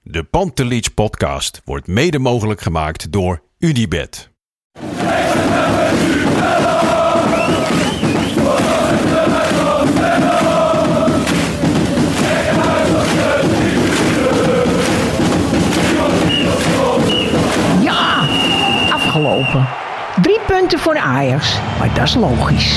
De Pantelich podcast wordt mede mogelijk gemaakt door Unibet. Ja, afgelopen. 3 punten voor Ajax, maar dat is logisch.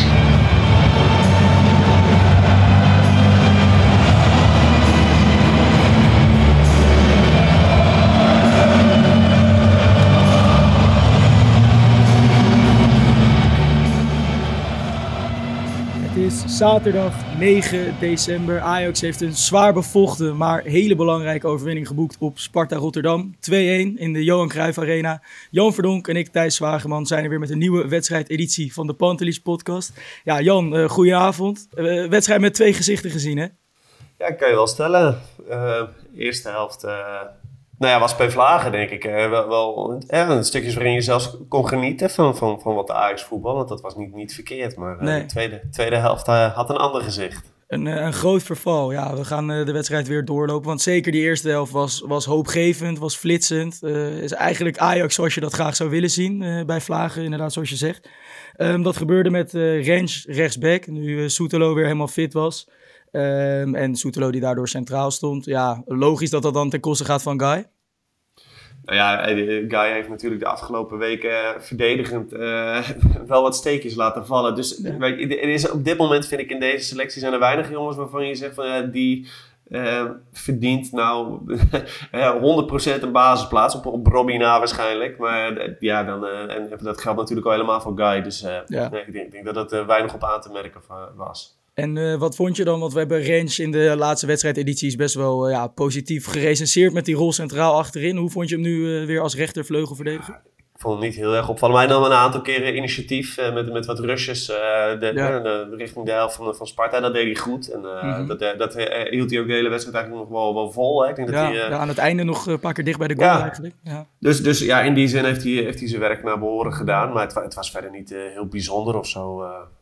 Het is zaterdag 9 december. Ajax heeft een zwaar bevochten, maar hele belangrijke overwinning geboekt op Sparta Rotterdam. 2-1 in de Johan Cruijff Arena. Jan Verdonk en ik, Thijs Zwageman, zijn er weer met een nieuwe wedstrijdeditie van de Pantelich podcast. Ja, Jan, goedenavond. Wedstrijd met 2 gezichten gezien, hè? Ja, kan je wel stellen. Eerste helft was bij Vlagen, denk ik. Wel een stukjes waarin je zelfs kon genieten van wat de Ajax voetbal. Want dat was niet verkeerd. Maar Nee. de tweede helft had een ander gezicht. Een groot verval. Ja, we gaan de wedstrijd weer doorlopen. Want zeker die eerste helft was hoopgevend, was flitsend. Is eigenlijk Ajax zoals je dat graag zou willen zien bij Vlagen, inderdaad zoals je zegt. Dat gebeurde met Rens rechtsback, nu Soetelo weer helemaal fit was. En Soetelo die daardoor centraal stond. Ja, logisch dat dan ten koste gaat van Guy. Nou ja, Guy heeft natuurlijk de afgelopen weken verdedigend wel wat steekjes laten vallen. Dus op dit moment vind ik in deze selectie zijn er weinig jongens waarvan je zegt van die verdient nou 100% een basisplaats. Op Robbie na waarschijnlijk. Maar en dat geldt natuurlijk al helemaal voor Guy. Dus ik denk dat het weinig op aan te merken was. En wat vond je dan? Want we hebben Rens in de laatste wedstrijdedities best wel positief gerecenseerd met die rol centraal achterin. Hoe vond je hem nu weer als rechtervleugelverdediger? Ik vond het niet heel erg opvallend. Maar hij nam een aantal keren initiatief met wat rushes richting de helft van Sparta. Dat deed hij goed. En dat hield hij ook de hele wedstrijd eigenlijk nog wel vol. Hè. Ik denk dat hij, aan het einde nog een paar keer dicht bij de goal eigenlijk. Ja. Dus in die zin heeft hij zijn werk naar behoren gedaan. Maar het was verder niet heel bijzonder of zo.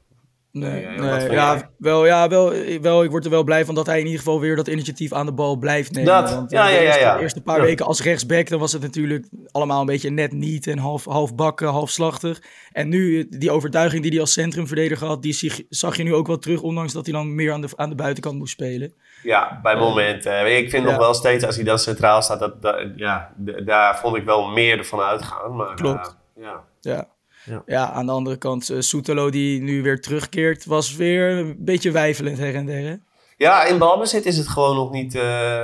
Wel. Ik word er wel blij van dat hij in ieder geval weer dat initiatief aan de bal blijft nemen. De eerste paar weken als rechtsback, dan was het natuurlijk allemaal een beetje net niet en half bakken, half slachtig. En nu, die overtuiging die hij als centrumverdediger had, die zag je nu ook wel terug, ondanks dat hij dan meer aan de buitenkant moest spelen. Ja, bij momenten. Ik vind nog wel steeds, als hij dan centraal staat, daar vond ik wel meer ervan uitgaan. Maar, klopt. Ja, aan de andere kant, Soetelo die nu weer terugkeert, was weer een beetje weifelend her en der, hè? Ja, in balbezit is het gewoon nog niet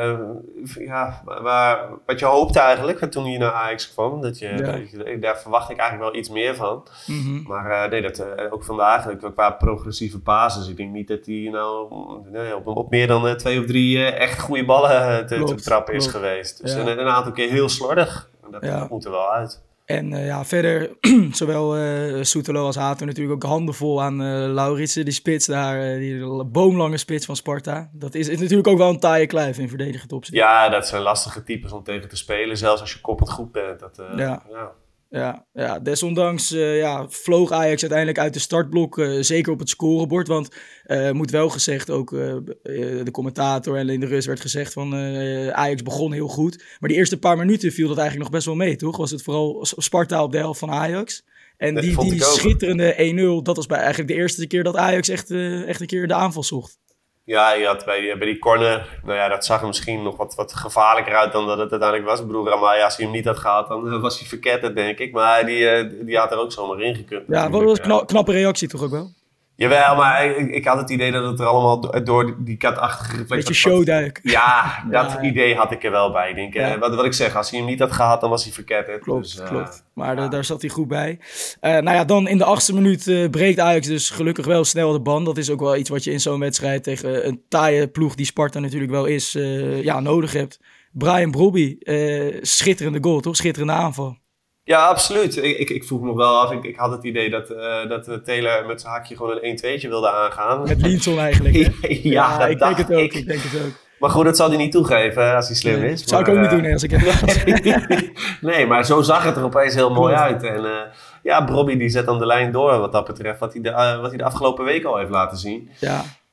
wat je hoopte eigenlijk toen je naar Ajax kwam. Daar verwacht ik eigenlijk wel iets meer van. Mm-hmm. Maar ook vandaag, qua progressieve passes. Ik denk niet dat hij op meer dan 2 of 3 echt goede ballen te trappen is geweest. Dus een aantal keer heel slordig. Dat moet er wel uit. En verder, zowel Soetelo als Hato natuurlijk ook handenvol aan Lauritsen, die spits daar, die boomlange spits van Sparta. Dat is natuurlijk ook wel een taaie kluif in verdedigend opzicht. Ja, dat zijn lastige types om tegen te spelen, zelfs als je koppend goed bent. Ja, desondanks vloog Ajax uiteindelijk uit de startblok, zeker op het scorebord. Want moet wel gezegd, ook de commentator en in de rust werd gezegd van Ajax begon heel goed. Maar die eerste paar minuten viel dat eigenlijk nog best wel mee, toch? Was het vooral Sparta op de helft van Ajax. En die schitterende 1-0, dat was eigenlijk de eerste keer dat Ajax echt een keer de aanval zocht. Ja, je had bij die corner, dat zag er misschien nog wat gevaarlijker uit dan dat het uiteindelijk was. Ik bedoel, Ramaya, als hij hem niet had gehad, dan was hij verketterd, denk ik. Maar die had er ook zomaar in gekund. Ja, dat was een knappe reactie toch ook wel? Jawel, maar ik had het idee dat het er allemaal door die katachtige reflex... Beetje showduik. Ja, dat idee had ik er wel bij. Ik denk, wat ik zeg, als hij hem niet had gehad, dan was hij verketterd. Klopt. Maar daar zat hij goed bij. Dan in de 8e minuut breekt Ajax dus gelukkig wel snel de band. Dat is ook wel iets wat je in zo'n wedstrijd tegen een taaie ploeg die Sparta natuurlijk wel is, nodig hebt. Bryan Brobby, schitterende goal, toch? Schitterende aanval. Ja, absoluut. Ik vroeg me nog wel af. Ik had het idee dat Taylor met zijn hakje gewoon een 1-2'tje wilde aangaan. Met Linson eigenlijk. Ik denk het ook. Maar goed, dat zal hij niet toegeven als hij slim is. Zou ik ook niet doen als ik... Nee, maar zo zag het er opeens heel mooi uit. En Brobby die zet dan de lijn door wat dat betreft. Wat hij de afgelopen week al heeft laten zien. Ja.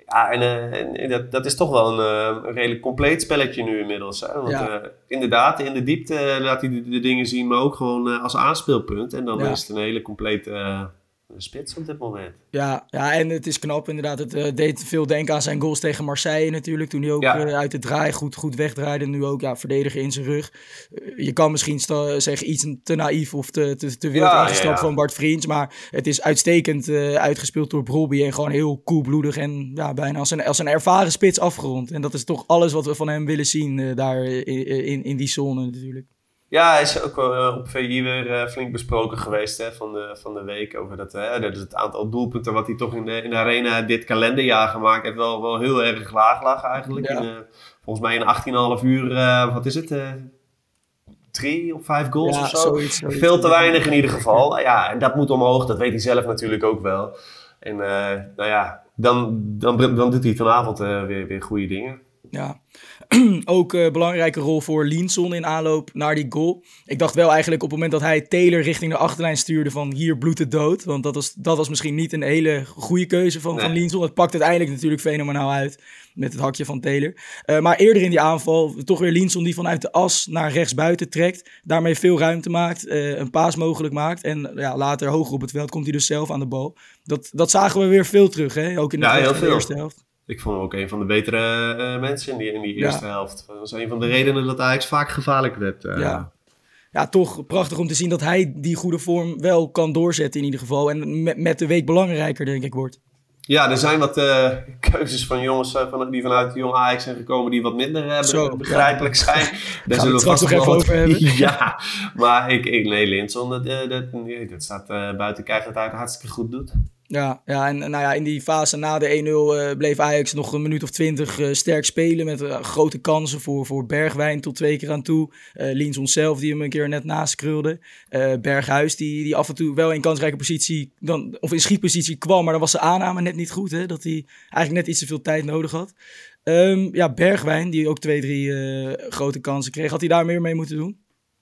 Ja, en dat is toch wel een redelijk compleet spelletje nu inmiddels. Hè? Want inderdaad, in de diepte laat hij de dingen zien, maar ook gewoon als aanspeelpunt. En dan is het een hele complete spits op dit moment. Ja, en het is knap inderdaad. Het deed veel denken aan zijn goals tegen Marseille natuurlijk. Toen hij ook uit de draai goed wegdraaide. Nu ook verdediger in zijn rug. Je kan misschien zeggen iets te naïef of te wild ingestapt van Bart Vriends. Maar het is uitstekend uitgespeeld door Brobby. En gewoon heel koelbloedig en bijna als een ervaren spits afgerond. En dat is toch alles wat we van hem willen zien daar in die zone natuurlijk. Ja, hij is ook wel op VI weer flink besproken geweest van de week. Over dat is het aantal doelpunten wat hij toch in de arena dit kalenderjaar gemaakt heeft. Wel heel erg laag lag eigenlijk. Ja. Volgens mij in 18,5 uur, wat is het? 3 of 5 goals of zo. Zoiets. Veel te weinig in ieder geval. Ja, en dat moet omhoog. Dat weet hij zelf natuurlijk ook wel. En dan doet hij vanavond weer goede dingen. Ja, ook belangrijke rol voor Linson in aanloop naar die goal. Ik dacht wel eigenlijk op het moment dat hij Taylor richting de achterlijn stuurde van hier bloedt het dood. Want dat was misschien niet een hele goede keuze van Linson. Het pakt uiteindelijk natuurlijk fenomenaal uit met het hakje van Taylor. Maar eerder in die aanval toch weer Linson die vanuit de as naar rechts buiten trekt. Daarmee veel ruimte maakt, een paas mogelijk maakt. En later hoger op het veld komt hij dus zelf aan de bal. Dat zagen we weer veel terug, hè? Ook in de eerste helft. Ik vond hem ook een van de betere mensen in die eerste helft. Dat was een van de redenen dat Ajax vaak gevaarlijk werd. Ja, toch prachtig om te zien dat hij die goede vorm wel kan doorzetten in ieder geval. En met de week belangrijker, denk ik, wordt. Ja, er zijn wat keuzes van jongens die vanuit de Jong Ajax zijn gekomen die wat minder begrijpelijk zijn. Daar zullen we vast nog even over hebben. Ja, maar nee, Linson, dat staat buiten kijf dat hij het hartstikke goed doet. Ja, en in die fase na de 1-0 bleef Ajax nog een minuut of 20 sterk spelen met grote kansen voor Bergwijn tot 2 keer aan toe. Linson zelf die hem een keer net naast krulde. Berghuis die af en toe wel in kansrijke positie of in schietpositie kwam, maar dan was de aanname net niet goed. Hè, dat hij eigenlijk net iets te veel tijd nodig had. Bergwijn die ook 2-3 grote kansen kreeg. Had hij daar meer mee moeten doen?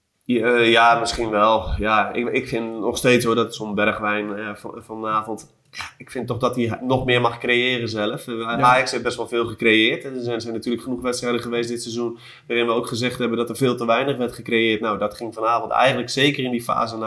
Ja, misschien wel. Ja, ik vind nog steeds hoor dat zo'n Bergwijn vanavond. Ik vind toch dat hij nog meer mag creëren zelf. Ajax heeft best wel veel gecreëerd. Er zijn natuurlijk genoeg wedstrijden geweest dit seizoen waarin we ook gezegd hebben dat er veel te weinig werd gecreëerd. Nou, dat ging vanavond eigenlijk zeker in die fase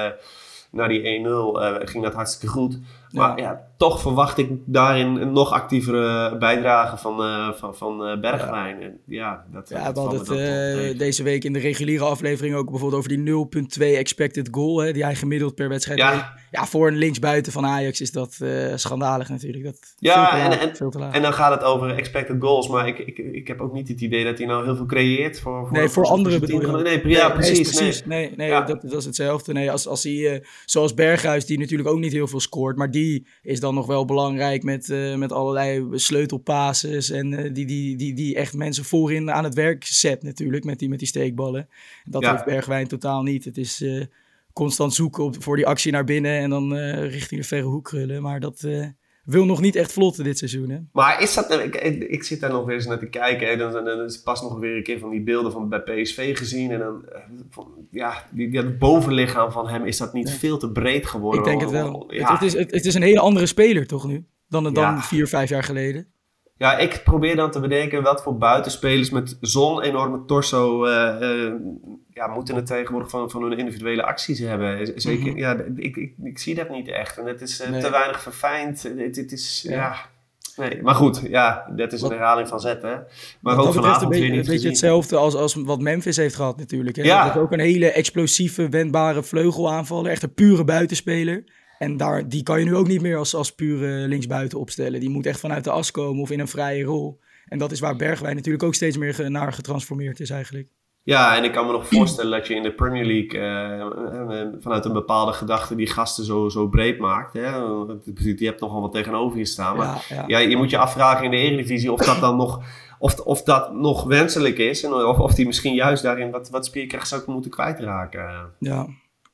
na die 1-0 ging dat hartstikke goed. Maar toch verwacht ik daarin een nog actievere bijdrage van Bergwijn. We hadden het deze week in de reguliere aflevering ook bijvoorbeeld over die 0,2 expected goal. Hè, die hij gemiddeld per wedstrijd heeft. Ja, voor een linksbuiten van Ajax is dat schandalig natuurlijk. Veel te laag. En dan gaat het over expected goals. Maar ik heb ook niet het idee dat hij nou heel veel creëert. Voor anderen bedoel je? Nee, precies. Nee, dat is hetzelfde. Nee, als hij, zoals Berghuis, die natuurlijk ook niet heel veel scoort. Maar die is dan nog wel belangrijk met allerlei sleutelpasses. En die echt mensen voorin aan het werk zet natuurlijk. Met die steekballen. Dat heeft Bergwijn totaal niet. Het is constant zoeken voor die actie naar binnen. En dan richting de verre hoek krullen. Maar dat wil nog niet echt vlotten dit seizoen. Hè? Maar is dat... Ik zit daar nog weer eens naar te kijken. Hè. Dan is pas nog weer een keer van die beelden van bij PSV gezien. En dan... dat bovenlichaam van hem, is dat niet veel te breed geworden? Ik denk het wel. Ja. Het is een hele andere speler toch nu? Dan 4-5 jaar geleden. Ja, ik probeer dan te bedenken wat voor buitenspelers met zo'n enorme torso moeten het tegenwoordig van hun individuele acties hebben. Zeker, ik zie dat niet echt. En het is te weinig verfijnd. Het is, Nee, maar goed, dat is een herhaling van zetten. Hè. Maar ook vanavond weer niet een beetje hetzelfde als wat Memphis heeft gehad natuurlijk. Hè. Ja. Dat is ook een hele explosieve, wendbare vleugelaanvaller. Echt een pure buitenspeler. En die kan je nu ook niet meer als pure linksbuiten opstellen. Die moet echt vanuit de as komen of in een vrije rol. En dat is waar Bergwijn natuurlijk ook steeds meer naar getransformeerd is eigenlijk. Ja, en ik kan me nog voorstellen dat je in de Premier League vanuit een bepaalde gedachte die gasten zo breed maakt. Hè? Je hebt nogal wat tegenover je staan. Maar je moet je afvragen in de Eredivisie of dat dan nog... Of dat nog wenselijk is. En of die misschien juist daarin wat spierkracht zou moeten kwijtraken. Ja.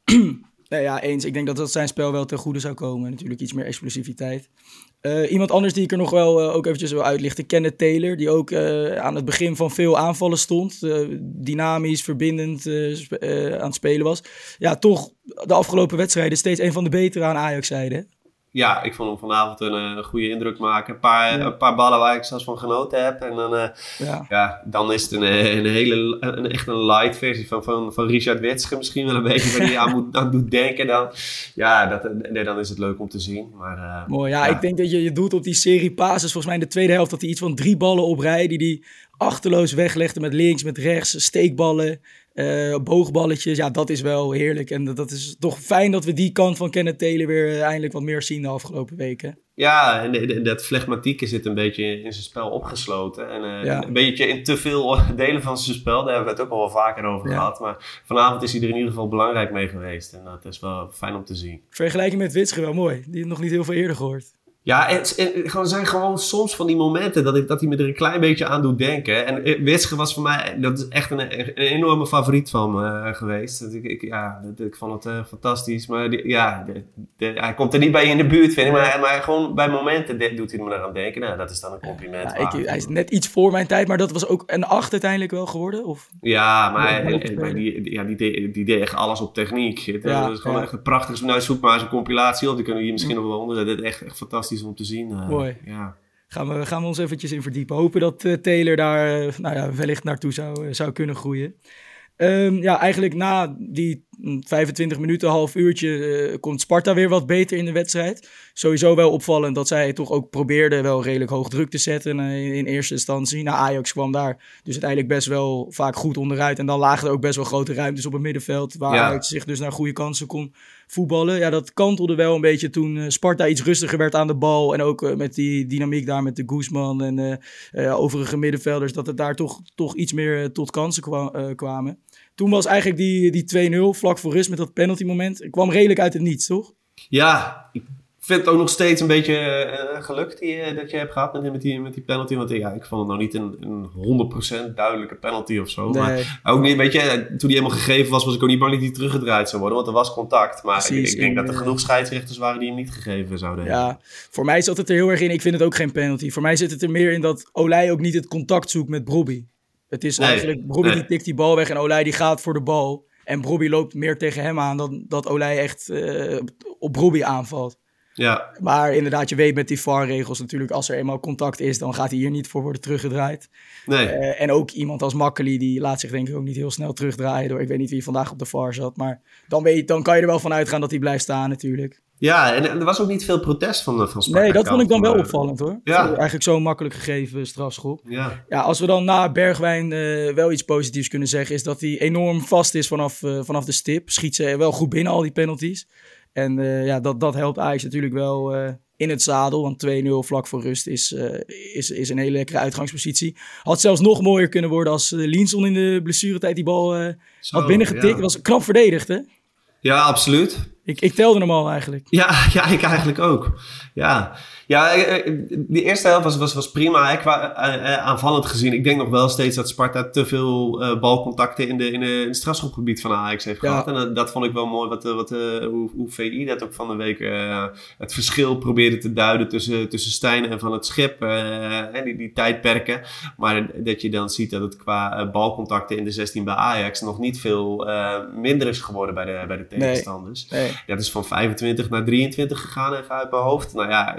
Eens. Ik denk dat zijn spel wel ten goede zou komen. Natuurlijk iets meer explosiviteit. Iemand anders die ik er nog wel ook eventjes wil uitlichten. Kenneth Taylor, die ook aan het begin van veel aanvallen stond. Dynamisch, verbindend aan het spelen was. Ja, toch de afgelopen wedstrijden steeds een van de betere aan Ajax-zijde. Ja, ik vond hem vanavond een goede indruk maken. Een paar ballen waar ik zelfs van genoten heb. En dan is het echt een light versie van Richard Witsche misschien wel een beetje. Waar hij aan doet denken dan. Ja, dan is het leuk om te zien. Maar, mooi, ik denk dat je doelt op die serie passes. Volgens mij in de tweede helft had hij iets van 3 ballen op rij die achterloos weglegde met links, met rechts, steekballen. Boogballetjes, dat is wel heerlijk. En dat is toch fijn dat we die kant van Kenneth Taylor weer eindelijk wat meer zien de afgelopen weken. Ja, en dat flegmatieke zit een beetje in zijn spel opgesloten. En een beetje in te veel delen van zijn spel. Daar hebben we het ook al wel vaker over gehad. Maar vanavond is hij er in ieder geval belangrijk mee geweest. En dat is wel fijn om te zien. Vergelijking met Witsche wel mooi. Die heb nog niet heel veel eerder gehoord. Ja, er zijn gewoon soms van die momenten dat hij me er een klein beetje aan doet denken. En Witsche was voor mij, dat is echt een enorme favoriet van me geweest. Ik vond het fantastisch. Maar hij komt er niet bij in de buurt, vind ik. Maar gewoon bij momenten doet hij me eraan denken. Nou, dat is dan een compliment. Hij is net iets voor mijn tijd, maar dat was ook een 8 uiteindelijk wel geworden? Of? Ja, maar die deed echt alles op techniek. Dat is gewoon echt het prachtigste. Nou, zoek maar eens een compilatie op. Die kunnen we hier misschien nog wel onder. Dat is echt fantastisch om te zien. Mooi. Gaan we ons eventjes in verdiepen. Hopen dat Taylor daar wellicht naartoe zou kunnen groeien. Eigenlijk na die 25 minuten, half uurtje, komt Sparta weer wat beter in de wedstrijd. Sowieso wel opvallend dat zij toch ook probeerden wel redelijk hoog druk te zetten in eerste instantie. Ajax kwam daar dus uiteindelijk best wel vaak goed onderuit. En dan lagen er ook best wel grote ruimtes op het middenveld, waar Ajax zich dus naar goede kansen kon voetballen. Ja, dat kantelde wel een beetje toen Sparta iets rustiger werd aan de bal. En ook met die dynamiek daar met de Guzman en overige middenvelders, dat het daar toch iets meer tot kansen kwamen. Toen was eigenlijk die 2-0 vlak voor rust met dat penalty moment. Het kwam redelijk uit het niets, toch? Ja, ik vind het ook nog steeds een beetje geluk dat je hebt gehad met die penalty. Want ik vond het nou niet een 100% duidelijke penalty of zo. Nee. Maar ook niet, weet je, toen die helemaal gegeven was ik ook niet bang dat die teruggedraaid zou worden. Want er was contact. Maar ik denk dat er genoeg scheidsrechters waren die hem niet gegeven zouden hebben. Ja, voor mij zat het er heel erg in. Ik vind het ook geen penalty. Voor mij zit het er meer in dat Olij ook niet het contact zoekt met Brobbey. Het is eigenlijk, Brobbey die tikt die bal weg en Olij die gaat voor de bal. En Brobbey loopt meer tegen hem aan dan dat Olij echt op Brobbey aanvalt. Ja. Maar inderdaad, je weet met die VAR-regels natuurlijk, als er eenmaal contact is, dan gaat hij hier niet voor worden teruggedraaid. Nee. En ook iemand als Makkely, die laat zich denk ik ook niet heel snel terugdraaien door, ik weet niet wie vandaag op de VAR zat, maar dan kan je er wel van uitgaan dat hij blijft staan natuurlijk. Ja, en er was ook niet veel protest van Sparta. Nee, dat vond ik dan wel opvallend hoor. Ja. Eigenlijk zo'n makkelijk gegeven strafschop. Ja. Ja, als we dan na Bergwijn wel iets positiefs kunnen zeggen, is dat hij enorm vast is vanaf de stip. Schiet ze wel goed binnen, al die penalties. En dat helpt Ajax natuurlijk wel in het zadel. Want 2-0 vlak voor rust is een hele lekkere uitgangspositie. Had zelfs nog mooier kunnen worden als Linson in de blessuretijd die bal had binnengetikt. Ja. Was knap verdedigd, hè? Ja, absoluut. Ik telde hem al eigenlijk. Ja, ik eigenlijk ook. Ja, die eerste helft was prima aanvallend gezien. Ik denk nog wel steeds dat Sparta te veel balcontacten in het strafschopgebied van Ajax heeft gehad. En dat vond ik wel mooi hoe VI dat ook van de week het verschil probeerde te duiden tussen Stijn en Van het Schip. En die tijdperken. Maar dat je dan ziet dat het qua balcontacten in de 16 bij Ajax nog niet veel minder is geworden bij de tegenstanders. Nee. Dat is van 25 naar 23 gegaan, even uit mijn hoofd. Nou ja,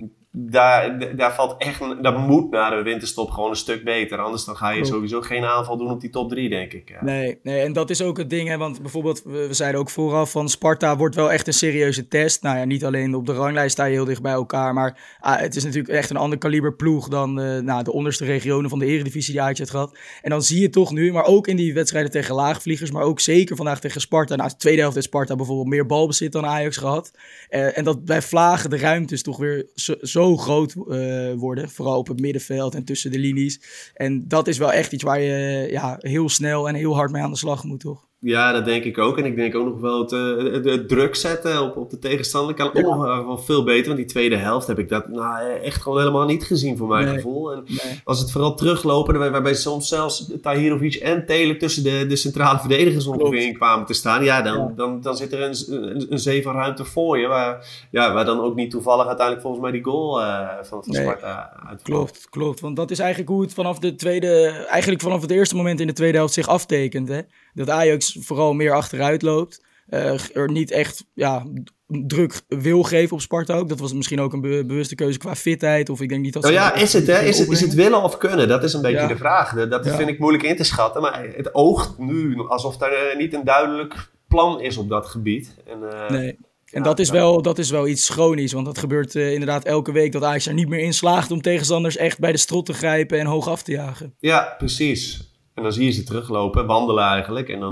daar valt echt, dat moet na de winterstop gewoon een stuk beter. Anders dan ga je sowieso geen aanval doen op die top 3, denk ik. Ja. Nee, en dat is ook het ding, hè, want bijvoorbeeld, we zeiden ook vooraf van Sparta wordt wel echt een serieuze test. Nou ja, niet alleen op de ranglijst sta je heel dicht bij elkaar, maar het is natuurlijk echt een ander kaliber ploeg dan de onderste regionen van de Eredivisie die Ajax heeft gehad. En dan zie je toch nu, maar ook in die wedstrijden tegen laagvliegers, maar ook zeker vandaag tegen Sparta. Nou, de tweede helft heeft Sparta bijvoorbeeld meer balbezit dan Ajax gehad. En dat bij vlagen de ruimtes toch weer zo groot worden. Vooral op het middenveld en tussen de linies. En dat is wel echt iets waar je heel snel en heel hard mee aan de slag moet, toch? Ja, dat denk ik ook. En ik denk ook nog wel het druk zetten op de tegenstander kan ook nog wel veel beter. Want die tweede helft heb ik dat echt gewoon helemaal niet gezien voor mijn gevoel. En was het vooral teruglopen, waarbij soms zelfs Tahirovic en Taylor tussen de centrale verdedigers ongeveer in kwamen te staan. Ja, dan zit er een zee van ruimte voor je. Waar dan ook niet toevallig uiteindelijk volgens mij die goal van Sparta uitvalt. Klopt. Want dat is eigenlijk hoe het vanaf het eerste moment in de tweede helft zich aftekent. Hè? Dat Ajax vooral meer achteruit loopt. er niet echt druk wil geven op Sparta ook. Dat was misschien ook een bewuste keuze qua fitheid. Of ik denk niet dat is het, hè? Is het willen of kunnen? Dat is een beetje de vraag. Dat vind ik moeilijk in te schatten. Maar het oogt nu alsof er niet een duidelijk plan is op dat gebied. Nee. En dat is wel iets chronisch, want dat gebeurt inderdaad elke week dat Ajax er niet meer in slaagt om tegenstanders echt bij de strot te grijpen en hoog af te jagen. Ja, precies. En dan zie je ze teruglopen, wandelen eigenlijk. En dan,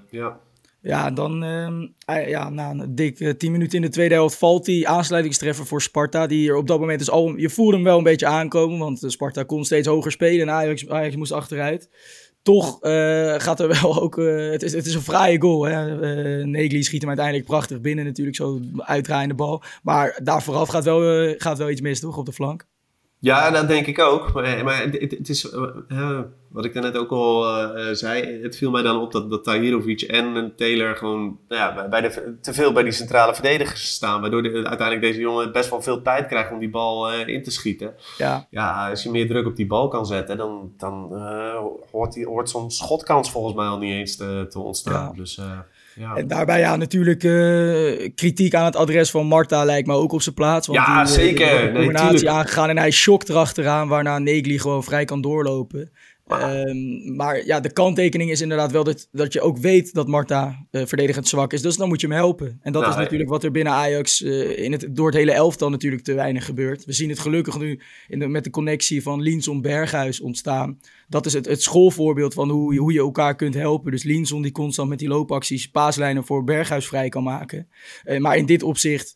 na een dik 10 minuten in de tweede helft valt die aansluitingstreffer voor Sparta. Die er op dat moment je voelde hem wel een beetje aankomen, want Sparta kon steeds hoger spelen en Ajax moest achteruit. Toch gaat er wel ook... het is een fraaie goal. Negli schiet hem uiteindelijk prachtig binnen natuurlijk. Zo uitdraaiende bal. Maar daar vooraf gaat wel iets mis, toch? Op de flank. Ja, dat denk ik ook. Maar het is... wat ik daarnet ook al zei. Het viel mij dan op dat Tahirovic en Taylor gewoon... te veel bij die centrale verdedigers staan. Waardoor uiteindelijk deze jongen best wel veel tijd krijgt om die bal in te schieten. Ja, als je meer druk op die bal kan zetten... dan hoort zo'n schotkans volgens mij al niet eens te ontstaan. Ja. Dus... En daarbij natuurlijk kritiek aan het adres van Marta lijkt me ook op zijn plaats. Want zeker. De combinatie aangegaan en hij shokt erachteraan waarna Negli gewoon vrij kan doorlopen. Maar de kanttekening is inderdaad wel dat je ook weet dat Marta verdedigend zwak is. Dus dan moet je hem helpen. En dat is natuurlijk wat er binnen Ajax door het hele elftal natuurlijk te weinig gebeurt. We zien het gelukkig nu met de connectie van Linson-Berghuis ontstaan. Dat is het schoolvoorbeeld van hoe je elkaar kunt helpen. Dus Linson die constant met die loopacties paaslijnen voor Berghuis vrij kan maken. Maar in dit opzicht,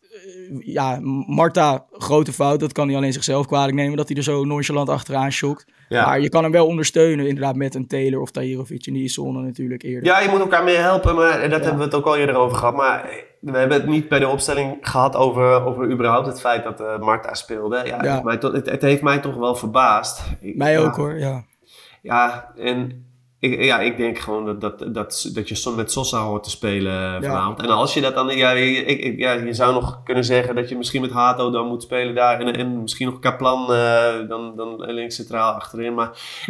Marta, grote fout. Dat kan hij alleen zichzelf kwalijk nemen dat hij er zo nonchalant achteraan shokt. Ja. Maar je kan hem wel ondersteunen inderdaad met een Taylor of Tahirovic in die zone natuurlijk eerder. Ja, je moet elkaar meer helpen, maar dat hebben we het ook al eerder over gehad. Maar we hebben het niet bij de opstelling gehad over überhaupt het feit dat Marta speelde. Het heeft mij toch wel verbaasd. Mij ook hoor, ja. Ja, en ik denk gewoon dat je met Sosa hoort te spelen vanavond. En als je dat dan... je zou nog kunnen zeggen dat je misschien met Hato dan moet spelen daar. En misschien nog Kaplan dan links centraal achterin. Maar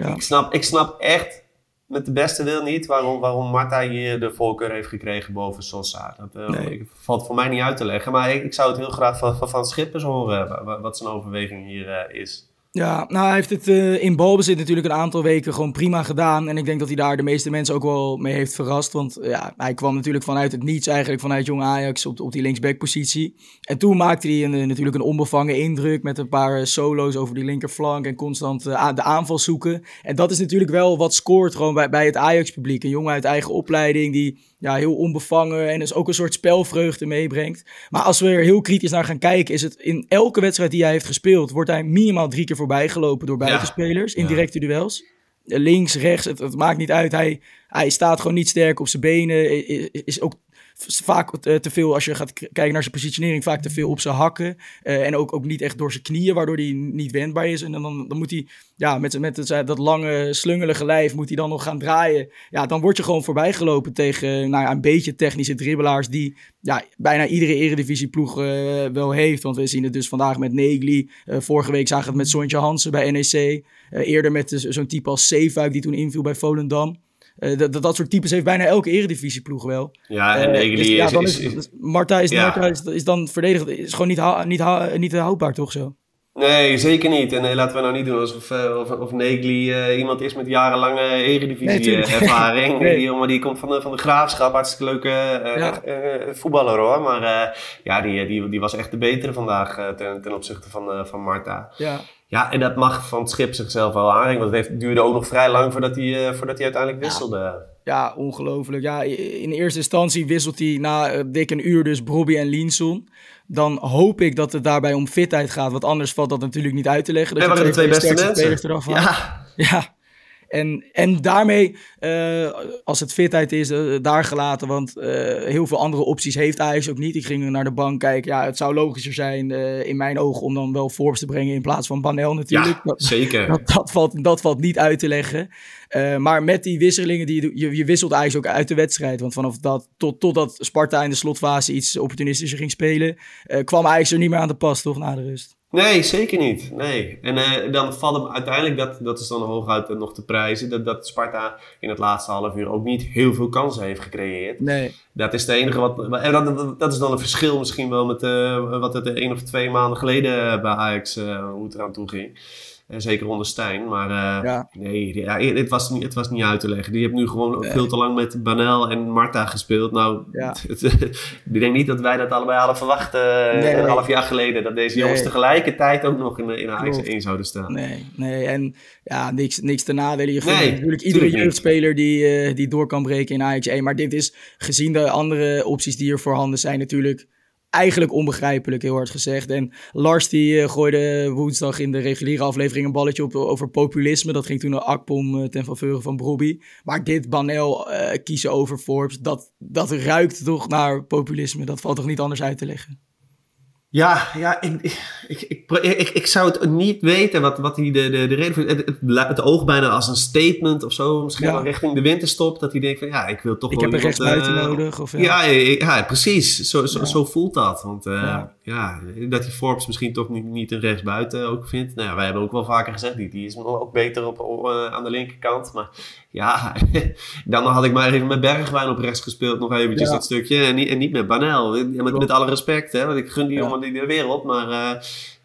ik snap echt met de beste wil niet waarom Marta hier de voorkeur heeft gekregen boven Sosa. Dat valt voor mij niet uit te leggen. Maar ik zou het heel graag van Schippers horen wat zijn overweging hier is. Ja, hij heeft het in balbezit natuurlijk een aantal weken gewoon prima gedaan. En ik denk dat hij daar de meeste mensen ook wel mee heeft verrast. Want hij kwam natuurlijk vanuit het niets eigenlijk, vanuit jong Ajax op die linksbackpositie. En toen maakte hij natuurlijk een onbevangen indruk met een paar solo's over die linkerflank en constant de aanval zoeken. En dat is natuurlijk wel wat scoort gewoon bij het Ajax-publiek. Een jongen uit eigen opleiding die heel onbevangen en dus ook een soort spelvreugde meebrengt. Maar als we er heel kritisch naar gaan kijken, is het in elke wedstrijd die hij heeft gespeeld, wordt hij minimaal 3 keer voorbijgelopen door buitenspelers in directe duels. Links, rechts, het maakt niet uit. Hij staat gewoon niet sterk op zijn benen. Is ook vaak te veel, als je gaat kijken naar zijn positionering, vaak te veel op zijn hakken. En ook niet echt door zijn knieën, waardoor hij niet wendbaar is. En dan moet hij, met dat lange, slungelige lijf, moet hij dan nog gaan draaien. Ja, dan word je gewoon voorbijgelopen tegen een beetje technische dribbelaars die bijna iedere eredivisieploeg wel heeft. Want we zien het dus vandaag met Negli. Vorige week zagen we het met Sontje Hansen bij NEC. Eerder met zo'n type als Zeefuik die toen inviel bij Volendam. Dat soort types heeft bijna elke eredivisieploeg wel. Ja, en Negli Marta is dan verdedigd. Is gewoon niet houdbaar, toch zo? Nee, zeker niet. En laten we nou niet doen alsof Negli iemand is met jarenlange eredivisie-ervaring. Nee. Die jongen die komt van de Graafschap. Hartstikke leuke voetballer hoor. Maar die was echt de betere vandaag ten opzichte van Marta. Ja, en dat mag Van Schip zichzelf wel aanrekenen. Want het duurde ook nog vrij lang voordat hij uiteindelijk wisselde. Ja, ongelooflijk. Ja, in eerste instantie wisselt hij na dik een uur dus Brobbey en Linson. Dan hoop ik dat het daarbij om fitheid gaat. Want anders valt dat natuurlijk niet uit te leggen. Dat waren de twee beste mensen. Eraf ja. En daarmee, als het fitheid is, daar gelaten. Want heel veel andere opties heeft Ajax ook niet. Ik ging naar de bank kijken. Ja, het zou logischer zijn in mijn ogen om dan wel Forbes te brengen in plaats van Banel natuurlijk. Ja, zeker. Dat valt niet uit te leggen. Maar met die wisselingen, je wisselt Ajax ook uit de wedstrijd. Want vanaf dat totdat Sparta in de slotfase iets opportunistischer ging spelen, kwam Ajax er niet meer aan de pas, toch, na de rust. Nee, zeker niet. Nee. En dan valt hem uiteindelijk, dat is dan hooguit nog te prijzen, dat Sparta in het laatste half uur ook niet heel veel kansen heeft gecreëerd. Nee. Dat is het enige wat... En dat is dan een verschil misschien wel met wat het 1 of 2 maanden geleden bij Ajax, hoe het eraan toe ging. Zeker onder Stijn. Maar nee, het was niet uit te leggen. Die heeft nu gewoon veel te lang met Banel en Marta gespeeld. Nou, ik denk niet dat wij dat allebei hadden verwacht een half jaar geleden. Dat deze jongens tegelijkertijd ook nog in Ajax 1 zouden staan. Nee. En ja, niks te nadelen. Je gunt natuurlijk iedere jeugdspeler die door kan breken in Ajax 1. Maar dit is, gezien de andere opties die er voorhanden zijn, natuurlijk eigenlijk onbegrijpelijk, heel hard gezegd. En Lars die gooide woensdag in de reguliere aflevering een balletje op over populisme. Dat ging toen naar Akpom ten faveur van Brobbey. Maar dit Banel kiezen over Forbes, dat ruikt toch naar populisme. Dat valt toch niet anders uit te leggen? Ja, ik zou het niet weten wat hij de reden vindt. Het oog bijna als een statement of zo. Misschien wel richting de winterstop. Dat hij denkt van ik wil toch ik heb een rechtsbuiten nodig. Of, ja, precies. Zo voelt dat. Want dat hij Forbes misschien toch niet een rechtsbuiten ook vindt. Nou ja, wij hebben ook wel vaker gezegd. Die is ook beter aan de linkerkant. Maar ja, dan had ik maar even met Bergwijn op rechts gespeeld. Nog eventjes dat stukje. En niet met Banel. Met alle respect. Hè, want ik gun die jongen de wereld. Maar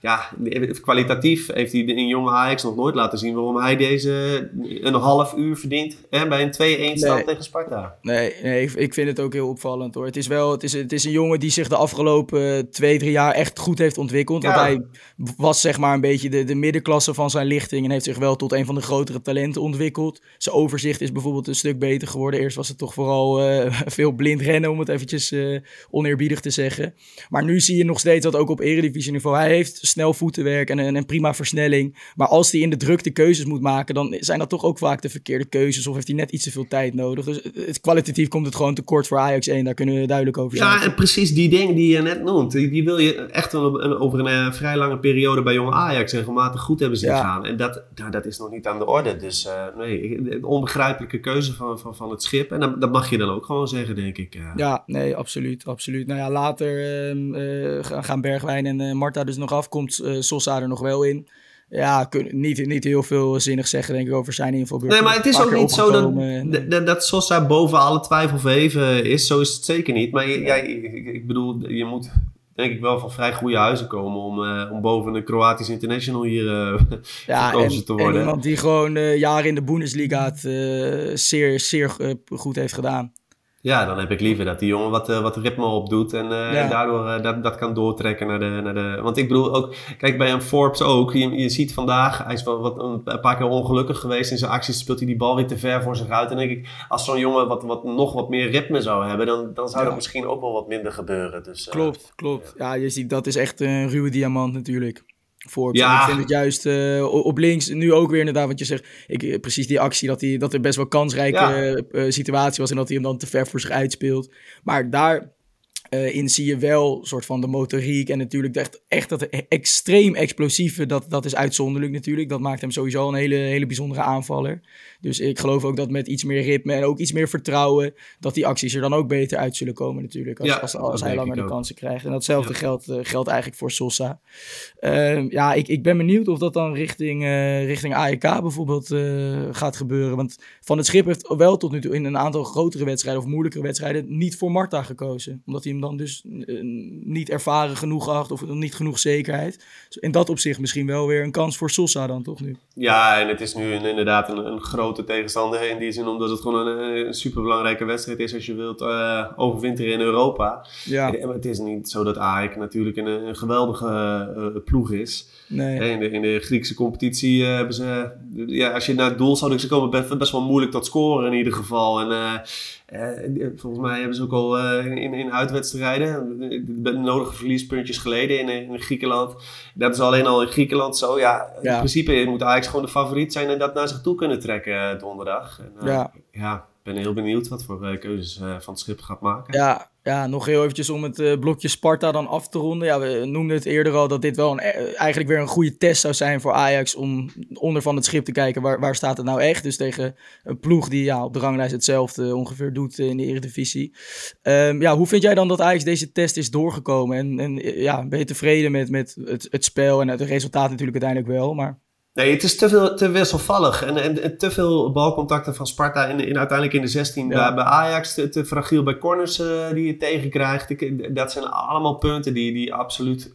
kwalitatief heeft hij in jonge Ajax nog nooit laten zien waarom hij deze een half uur verdient bij een 2-1 stand tegen Sparta. Nee, ik vind het ook heel opvallend hoor. Het is een jongen die zich de afgelopen 2-3 jaar echt goed heeft ontwikkeld. Want hij was zeg maar een beetje de middenklasse van zijn lichting en heeft zich wel tot een van de grotere talenten ontwikkeld. Zijn overzicht is bijvoorbeeld een stuk beter geworden. Eerst was het toch vooral veel blind rennen, om het eventjes oneerbiedig te zeggen. Maar nu zie je nog steeds dat ook op eredivisieniveau. Hij heeft snel voetenwerk en een prima versnelling. Maar als hij in de druk de keuzes moet maken, dan zijn dat toch ook vaak de verkeerde keuzes. Of heeft hij net iets te veel tijd nodig. Dus kwalitatief komt het gewoon tekort voor Ajax 1. Daar kunnen we duidelijk over zijn. Ja, en precies die dingen die je net noemt. Die wil je echt wel over een vrij lange periode bij jonge Ajax regelmatig goed hebben zien gaan. En dat is nog niet aan de orde. Dus een onbegrijpelijke keuze van het schip. En dat mag je dan ook gewoon zeggen, denk ik. Ja, nee, absoluut. Nou ja, later gaan Bergwijn en Marta dus nog af. Komt Sosa er nog wel in. Ja, niet heel veel zinnig zeggen, denk ik, over zijn invalbeurt. Nee, maar het is ook niet zo dat Sosa boven alle twijfel verheven is. Zo is het zeker niet. Maar ik bedoel, je moet denk ik wel van vrij goede huizen komen om boven een Kroatisch international hier gekozen te worden. En iemand die gewoon jaren in de Bundesliga het zeer goed heeft gedaan. Ja, dan heb ik liever dat die jongen wat ritme opdoet en daardoor dat kan doortrekken naar de... Want ik bedoel ook, kijk bij een Forbes ook, je ziet vandaag, hij is wel een paar keer ongelukkig geweest in zijn acties, speelt hij die bal weer te ver voor zich uit. En denk ik, als zo'n jongen nog wat meer ritme zou hebben, dan zou er misschien ook wel wat minder gebeuren. Dus, Klopt. Ja, je ziet, dat is echt een ruwe diamant natuurlijk. Forbes. Ja. Ik vind het juist op links nu ook weer inderdaad wat je zegt. Precies die actie dat er best wel kansrijke situatie was en dat hij hem dan te ver voor zich uitspeelt. Maar daarin zie je wel een soort van de motoriek en natuurlijk echt dat extreem explosieve, dat is uitzonderlijk natuurlijk. Dat maakt hem sowieso een hele bijzondere aanvaller. Dus ik geloof ook dat met iets meer ritme en ook iets meer vertrouwen, dat die acties er dan ook beter uit zullen komen natuurlijk. Als hij langer de kansen krijgt. En datzelfde geldt eigenlijk voor Sosa. Ik ben benieuwd of dat dan richting AEK bijvoorbeeld gaat gebeuren. Want Van het Schip heeft wel tot nu toe in een aantal grotere wedstrijden of moeilijkere wedstrijden niet voor Marta gekozen. Omdat hij hem dan dus niet ervaren genoeg acht of niet genoeg zekerheid. Dus in dat opzicht misschien wel weer een kans voor Sosa dan toch nu. Ja, en het is nu inderdaad een grote tegenstander in die zin, omdat het gewoon een superbelangrijke wedstrijd is als je wilt overwinteren in Europa. Ja. Maar het is niet zo dat AEK natuurlijk een geweldige ploeg is. Nee. In de Griekse competitie hebben ze, als je naar het doel zou komen, best wel moeilijk tot scoren in ieder geval. En volgens mij hebben ze ook al in uitwedstrijden de nodige verliespuntjes geleden in Griekenland. Dat is alleen al in Griekenland zo. In principe moet Ajax gewoon de favoriet zijn en dat naar zich toe kunnen trekken donderdag. En, ben heel benieuwd wat voor keuzes Van het Schip gaat maken. Ja, nog heel eventjes om het blokje Sparta dan af te ronden. Ja, we noemden het eerder al dat dit wel eigenlijk weer een goede test zou zijn voor Ajax om onder Van het Schip te kijken waar staat het nou echt. Dus tegen een ploeg die op de ranglijst hetzelfde ongeveer doet in de Eredivisie. Hoe vind jij dan dat Ajax deze test is doorgekomen? En ben je tevreden met het spel en het resultaat natuurlijk uiteindelijk wel, maar... Nee, het is te wisselvallig en te veel balcontacten van Sparta uiteindelijk in de 16 bij Ajax. Te fragiel bij corners die je tegenkrijgt. Dat zijn allemaal punten die absoluut,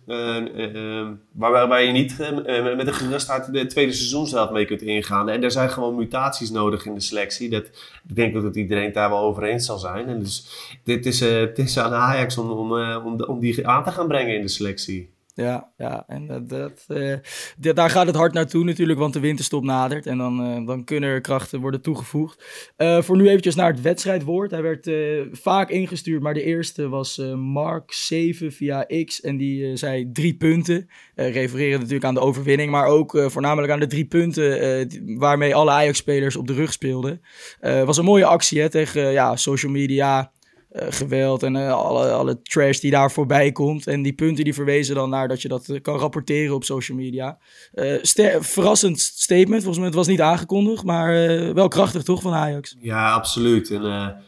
waarbij je niet met een gerust hart de tweede seizoenshelft mee kunt ingaan. En er zijn gewoon mutaties nodig in de selectie. Ik denk ook dat iedereen het daar wel over eens zal zijn. En dus het is aan Ajax om die aan te gaan brengen in de selectie. Ja, en daar gaat het hard naartoe natuurlijk, want de winterstop nadert. En dan kunnen er krachten worden toegevoegd. Voor nu eventjes naar het wedstrijdwoord. Hij werd vaak ingestuurd, maar de eerste was Mark 7 via X. En die zei 3 punten. Refereren natuurlijk aan de overwinning, maar ook voornamelijk aan de 3 punten waarmee alle Ajax-spelers op de rug speelden. Was een mooie actie tegen social media... geweld en alle trash die daar voorbij komt. En die punten die verwezen dan naar dat je dat kan rapporteren op social media. Verrassend statement. Volgens mij, het was niet aangekondigd, maar wel krachtig toch van Ajax? Ja, absoluut. En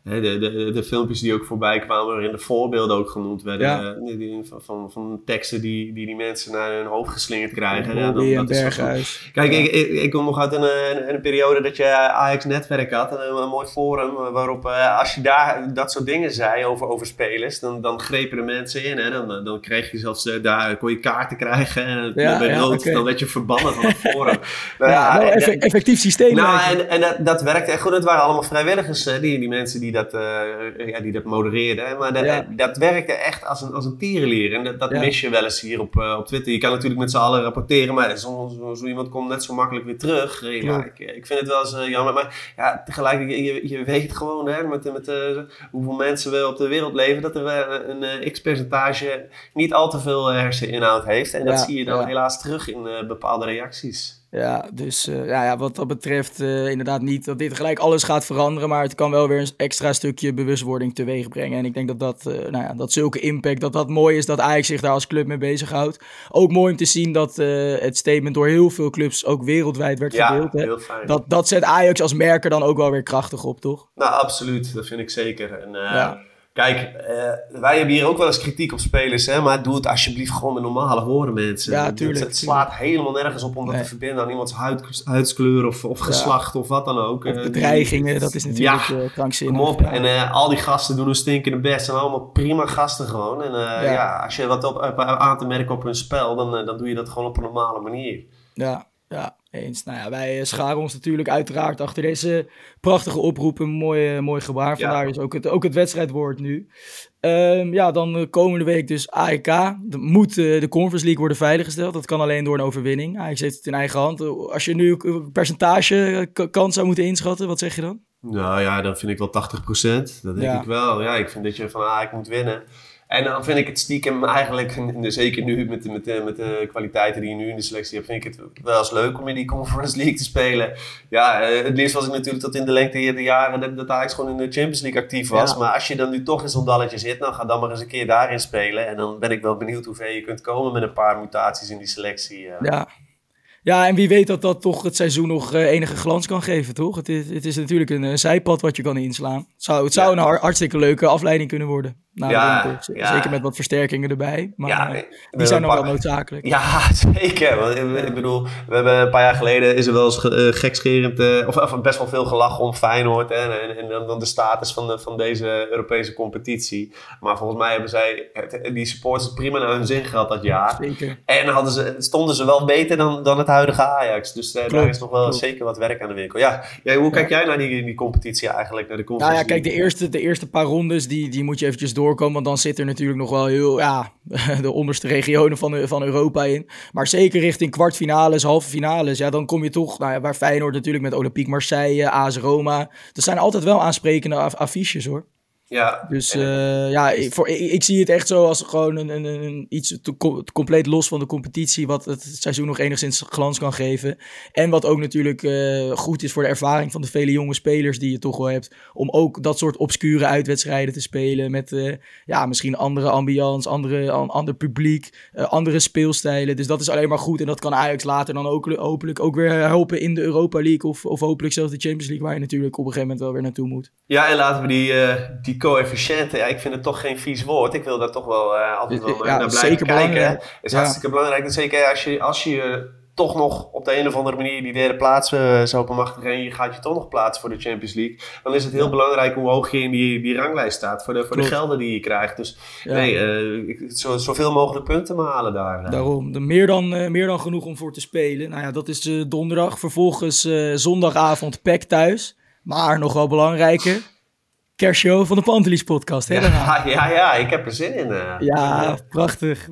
de filmpjes die ook voorbij kwamen, waarin de voorbeelden ook genoemd werden. Van teksten die mensen naar hun hoofd geslingerd krijgen. En Berghuis. Kijk, ik kom nog uit een periode dat je Ajax-netwerk had. Een mooi forum waarop als je daar dat soort dingen zei over spelers, dan grepen de mensen in. Hè? Dan kreeg je zelfs daar kon je kaarten krijgen. En dan werd je verbannen van het forum. Effectief systeem. En dat werkte echt goed. Het waren allemaal vrijwilligers, die mensen die dat modereerden. Maar dat werkte echt als een tierenlier. En dat mis je wel eens hier op Twitter. Je kan natuurlijk met z'n allen rapporteren, maar zo iemand komt net zo makkelijk weer terug. Ik vind het wel eens jammer. Maar tegelijk, je weet gewoon met hoeveel mensen we op de wereld leven, dat er een x-percentage niet al te veel herseninhoud heeft. En dat zie je dan helaas terug in bepaalde reacties. Ja, dus wat dat betreft inderdaad niet dat dit gelijk alles gaat veranderen, maar het kan wel weer een extra stukje bewustwording teweeg brengen. En ik denk dat zulke impact, dat mooi is dat Ajax zich daar als club mee bezighoudt. Ook mooi om te zien dat het statement door heel veel clubs ook wereldwijd werd gedeeld. Heel fijn. Dat zet Ajax als merker dan ook wel weer krachtig op, toch? Nou, absoluut. Dat vind ik zeker. En, kijk, wij hebben hier ook wel eens kritiek op spelers, hè, maar doe het alsjeblieft gewoon met normale woorden, mensen. Ja, tuurlijk. Het slaat helemaal nergens op om dat te verbinden aan iemands huidskleur of geslacht of wat dan ook. Of bedreigingen, dat is natuurlijk krankzinnig. Kom op. Ja. En al die gasten doen hun stinkende best. Zijn allemaal prima gasten gewoon. En als je wat aan te merken op hun spel, dan doe je dat gewoon op een normale manier. Ja, eens. Nou ja, wij scharen ons natuurlijk uiteraard achter deze prachtige oproep. Een mooi gebaar. Vandaar is ook het wedstrijdwoord nu. Dan komende week dus AEK. Moet de Conference League worden veiliggesteld. Dat kan alleen door een overwinning. Ajax heeft het in eigen hand. Als je nu een percentage kans zou moeten inschatten, wat zeg je dan? Nou ja, dan vind ik wel 80%. Dat denk ik wel. Ja, ik vind dat je van Ajax moet winnen. En dan vind ik het stiekem eigenlijk, zeker nu met de kwaliteiten die je nu in de selectie hebt, vind ik het wel eens leuk om in die Conference League te spelen. Ja, het liefst was ik natuurlijk tot in de lengte der jaren dat Ajax gewoon in de Champions League actief was. Ja. Maar als je dan nu toch in zo'n dalletje zit, dan ga dan maar eens een keer daarin spelen. En dan ben ik wel benieuwd hoe ver je kunt komen met een paar mutaties in die selectie. Ja, en wie weet dat toch het seizoen nog enige glans kan geven, toch? Het is natuurlijk een zijpad wat je kan inslaan. Het zou een hartstikke leuke afleiding kunnen worden. Zeker met wat versterkingen erbij. Maar die zijn nog wel noodzakelijk. Ja, zeker. Want, ik bedoel, we hebben een paar jaar geleden is er wel eens gekscherend, of best wel veel gelachen om Feyenoord. En dan de status van deze Europese competitie. Maar volgens mij hebben die supporters prima naar hun zin gehad dat jaar. Zeker. En stonden ze wel beter dan het huidige Ajax. Dus daar is nog wel zeker wat werk aan de winkel. Hoe kijk jij naar die competitie eigenlijk? Naar de Conference League? Kijk, de eerste paar rondes die moet je eventjes doorkomen. Want dan zit er natuurlijk nog wel heel de onderste regionen van Europa in. Maar zeker richting kwartfinales, halve finales. Ja, dan kom je toch waar Feyenoord natuurlijk met Olympique Marseille, AS Roma. Dat zijn altijd wel aansprekende affiches, hoor. Ja. Dus ik zie het echt zo als gewoon een iets compleet los van de competitie, wat het seizoen nog enigszins glans kan geven. En wat ook natuurlijk goed is voor de ervaring van de vele jonge spelers die je toch wel hebt, om ook dat soort obscure uitwedstrijden te spelen met misschien andere ambiance, ander publiek, andere speelstijlen. Dus dat is alleen maar goed en dat kan Ajax later dan ook hopelijk ook weer helpen in de Europa League of hopelijk zelfs de Champions League, waar je natuurlijk op een gegeven moment wel weer naartoe moet. Ja, en laten we die coëfficiënten, ik vind het toch geen vies woord. Ik wil daar toch wel altijd wel naar blijven kijken. Het is hartstikke belangrijk. Dat zeker als je toch nog op de een of andere manier die derde plaats zou bemachtigen en je gaat je toch nog plaatsen voor de Champions League, dan is het heel belangrijk hoe hoog je in die ranglijst staat voor de gelden die je krijgt. Dus zoveel mogelijk punten maar halen daar. Daarom, meer dan genoeg om voor te spelen. Nou ja, dat is donderdag. Vervolgens zondagavond PEC thuis. Maar nog wel belangrijker, kerstshow van de Pantelis podcast. Hè, ja, ik heb er zin in. Ja, prachtig.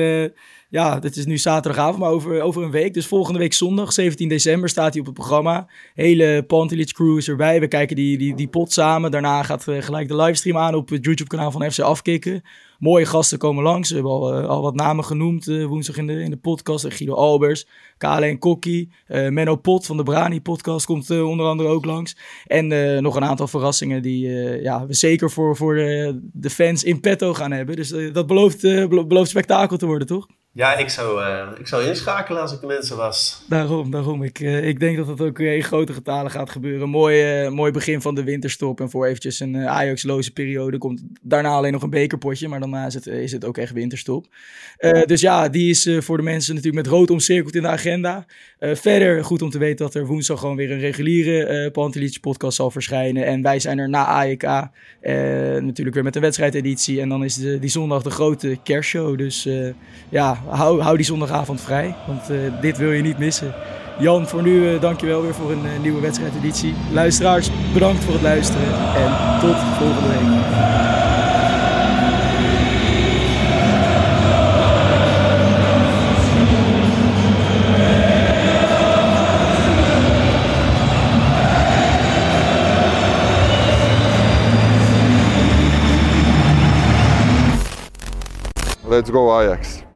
Dit is nu zaterdagavond, maar over een week. Dus volgende week zondag, 17 december, staat hij op het programma. Hele Pantelis crew is erbij. We kijken die pot samen. Daarna gaat gelijk de livestream aan op het YouTube-kanaal van FC Afkikken. Mooie gasten komen langs. We hebben al wat namen genoemd woensdag in de podcast. Guido Albers, Kale en Kokkie. Menno Pot van de Brani podcast komt onder andere ook langs. En nog een aantal verrassingen die we zeker voor de fans in petto gaan hebben. Dus dat belooft spektakel te worden, toch? Ja, ik zou inschakelen als ik de mensen was. Daarom. Ik denk dat dat ook in grote getalen gaat gebeuren. Mooi begin van de winterstop. En voor eventjes een Ajax-loze periode komt daarna alleen nog een bekerpotje. Maar daarna is het ook echt winterstop. Dus ja, die is voor de mensen natuurlijk met rood omcirkeld in de agenda. Verder goed om te weten dat er woensdag gewoon weer een reguliere Pantelis podcast zal verschijnen. En wij zijn er na AEK natuurlijk weer met een wedstrijdeditie. En dan is die zondag de grote kerstshow. Dus hou die zondagavond vrij, want dit wil je niet missen. Jan, voor nu dankjewel weer voor een nieuwe wedstrijdeditie. Luisteraars, bedankt voor het luisteren en tot volgende week. Let's go Ajax.